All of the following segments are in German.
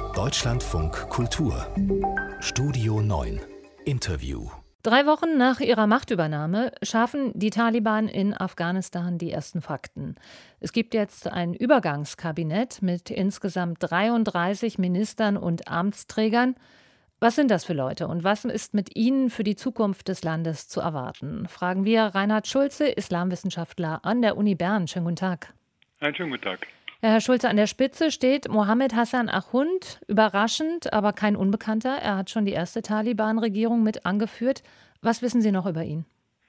Deutschlandfunk Kultur Studio 9 Interview. 3 Wochen nach ihrer Machtübernahme schaffen die Taliban in Afghanistan die ersten Fakten. Es gibt jetzt ein Übergangskabinett mit insgesamt 33 Ministern und Amtsträgern. Was sind das für Leute und was ist mit ihnen für die Zukunft des Landes zu erwarten? Fragen wir Reinhard Schulze, Islamwissenschaftler an der Uni Bern. Schönen guten Tag. Einen schönen guten Tag. Herr Schulze, an der Spitze steht Mohammed Hassan Ahund. Überraschend, aber kein Unbekannter. Er hat schon die erste Taliban-Regierung mit angeführt. Was wissen Sie noch über ihn?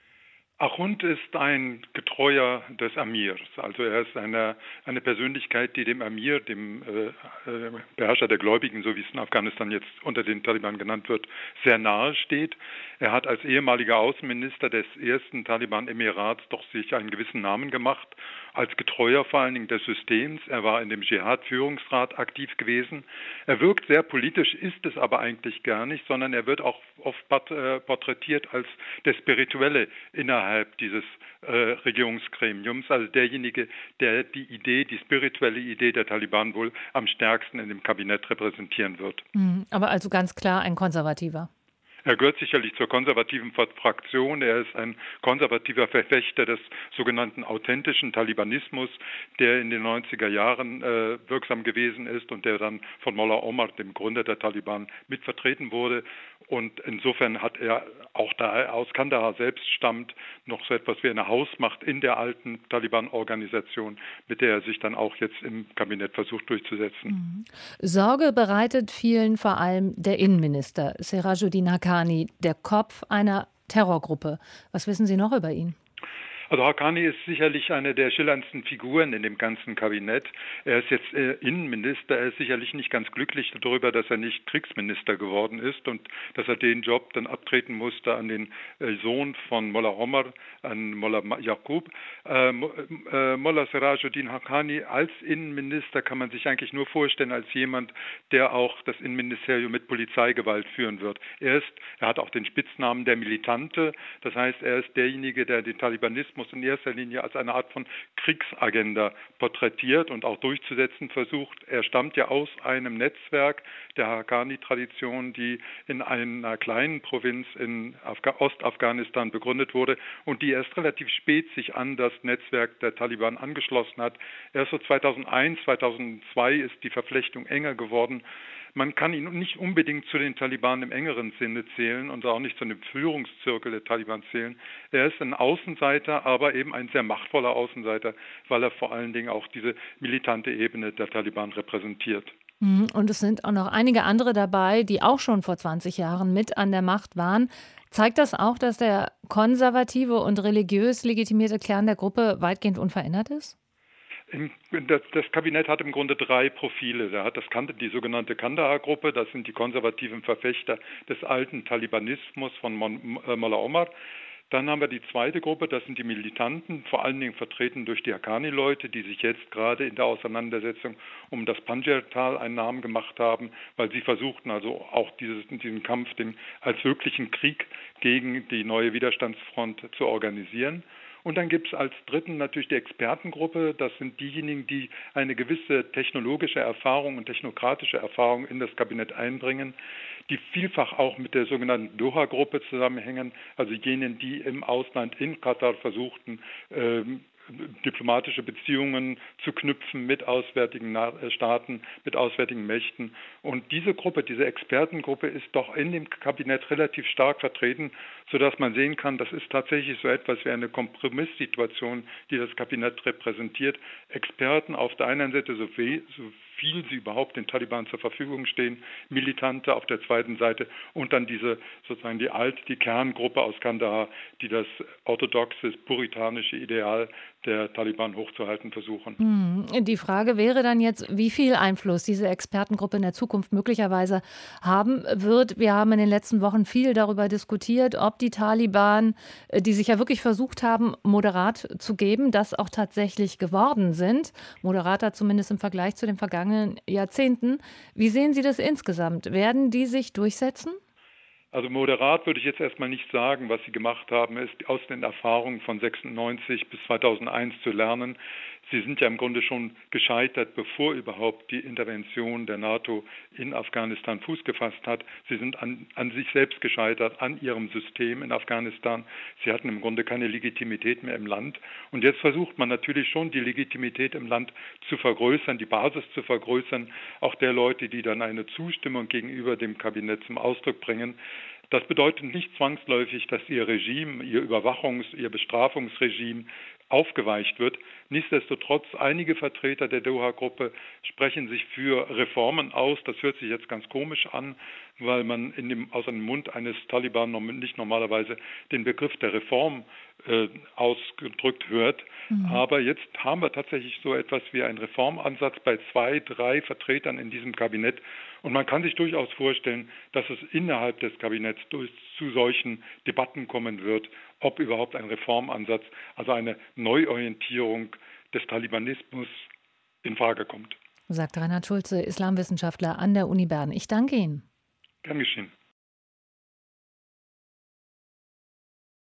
Ahund ist ein Getreuer des Amirs. Also er ist eine Persönlichkeit, die dem Amir, dem Beherrscher der Gläubigen, so wie es in Afghanistan jetzt unter den Taliban genannt wird, sehr nahe steht. Er hat als ehemaliger Außenminister des ersten Taliban-Emirats doch sich einen gewissen Namen gemacht, als Getreuer vor allen Dingen des Systems. Er war in dem Dschihad-Führungsrat aktiv gewesen. Er wirkt sehr politisch, ist es aber eigentlich gar nicht, sondern er wird auch oft porträtiert als der Spirituelle innerhalb dieses Regierungsgremiums, also derjenige, der die spirituelle Idee der Taliban wohl am stärksten in dem Kabinett repräsentieren wird. Aber also ganz klar ein Konservativer. Er gehört sicherlich zur konservativen Fraktion. Er ist ein konservativer Verfechter des sogenannten authentischen Talibanismus, der in den 90er Jahren wirksam gewesen ist und der dann von Mullah Omar, dem Gründer der Taliban, mitvertreten wurde. Und insofern hat er, auch da er aus Kandahar selbst stammt, noch so etwas wie eine Hausmacht in der alten Taliban-Organisation, mit der er sich dann auch jetzt im Kabinett versucht durchzusetzen. Sorge bereitet vielen vor allem der Innenminister Serajuddin Haqqani, der Kopf einer Terrorgruppe. Was wissen Sie noch über ihn? Also Haqqani ist sicherlich eine der schillerndsten Figuren in dem ganzen Kabinett. Er ist jetzt Innenminister. Er ist sicherlich nicht ganz glücklich darüber, dass er nicht Kriegsminister geworden ist und dass er den Job dann abtreten musste an den Sohn von Mullah Omar, an Mullah Yaqub. Mullah Serajuddin Haqqani als Innenminister kann man sich eigentlich nur vorstellen als jemand, der auch das Innenministerium mit Polizeigewalt führen wird. Er hat auch den Spitznamen der Militante. Das heißt, er ist derjenige, der den Talibanismus in erster Linie als eine Art von Kriegsagenda porträtiert und auch durchzusetzen versucht. Er stammt ja aus einem Netzwerk der Haqqani-Tradition, die in einer kleinen Provinz in Ostafghanistan begründet wurde und die erst relativ spät sich an das Netzwerk der Taliban angeschlossen hat. Erst so 2001, 2002 ist die Verflechtung enger geworden. Man kann ihn nicht unbedingt zu den Taliban im engeren Sinne zählen und auch nicht zu dem Führungszirkel der Taliban zählen. Er ist ein Außenseiter, aber eben ein sehr machtvoller Außenseiter, weil er vor allen Dingen auch diese militante Ebene der Taliban repräsentiert. Und es sind auch noch einige andere dabei, die auch schon vor 20 Jahren mit an der Macht waren. Zeigt das auch, dass der konservative und religiös legitimierte Kern der Gruppe weitgehend unverändert ist? Das Kabinett hat im Grunde 3 Profile. Da hat die sogenannte Kandahar-Gruppe, das sind die konservativen Verfechter des alten Talibanismus von Mullah Omar. Dann haben wir die zweite Gruppe, das sind die Militanten, vor allen Dingen vertreten durch die Haqqani-Leute, die sich jetzt gerade in der Auseinandersetzung um das Panjshir-Tal einen Namen gemacht haben, weil sie versuchten also auch diesen Kampf als wirklichen Krieg gegen die neue Widerstandsfront zu organisieren. Und dann gibt es als dritten natürlich die Expertengruppe. Das sind diejenigen, die eine gewisse technologische Erfahrung und technokratische Erfahrung in das Kabinett einbringen, die vielfach auch mit der sogenannten Doha-Gruppe zusammenhängen, also jenen, die im Ausland in Katar versuchten, diplomatische Beziehungen zu knüpfen mit auswärtigen Staaten, mit auswärtigen Mächten. Und diese Gruppe, diese Expertengruppe ist doch in dem Kabinett relativ stark vertreten, sodass man sehen kann, das ist tatsächlich so etwas wie eine Kompromisssituation, die das Kabinett repräsentiert. Experten auf der einen Seite, so viel sie überhaupt den Taliban zur Verfügung stehen, Militante auf der zweiten Seite und dann die Kerngruppe aus Kandahar, die das orthodoxe, puritanische Ideal der Taliban hochzuhalten versuchen. Die Frage wäre dann jetzt, wie viel Einfluss diese Expertengruppe in der Zukunft möglicherweise haben wird. Wir haben in den letzten Wochen viel darüber diskutiert, ob die Taliban, die sich ja wirklich versucht haben, moderat zu geben, das auch tatsächlich geworden sind. Moderater zumindest im Vergleich zu den vergangenen Jahrzehnten. Wie sehen Sie das insgesamt? Werden die sich durchsetzen? Also moderat würde ich jetzt erstmal nicht sagen. Was sie gemacht haben, ist aus den Erfahrungen von 96 bis 2001 zu lernen. Sie sind ja im Grunde schon gescheitert, bevor überhaupt die Intervention der NATO in Afghanistan Fuß gefasst hat. Sie sind an sich selbst gescheitert, an ihrem System in Afghanistan. Sie hatten im Grunde keine Legitimität mehr im Land. Und jetzt versucht man natürlich schon, die Legitimität im Land zu vergrößern, die Basis zu vergrößern, auch der Leute, die dann eine Zustimmung gegenüber dem Kabinett zum Ausdruck bringen. Das bedeutet nicht zwangsläufig, dass ihr Regime, ihr ihr Bestrafungsregime aufgeweicht wird. Nichtsdestotrotz, einige Vertreter der Doha-Gruppe sprechen sich für Reformen aus. Das hört sich jetzt ganz komisch an, weil man aus dem Mund eines Taliban nicht normalerweise den Begriff der Reform ausgedrückt hört. Aber jetzt haben wir tatsächlich so etwas wie einen Reformansatz bei 2, 3 Vertretern in diesem Kabinett. Und man kann sich durchaus vorstellen, dass es innerhalb des Kabinetts zu solchen Debatten kommen wird, ob überhaupt ein Reformansatz, also eine Neuorientierung des Talibanismus in Frage kommt. Sagt Reinhard Schulze, Islamwissenschaftler an der Uni Bern. Ich danke Ihnen. Gern geschehen.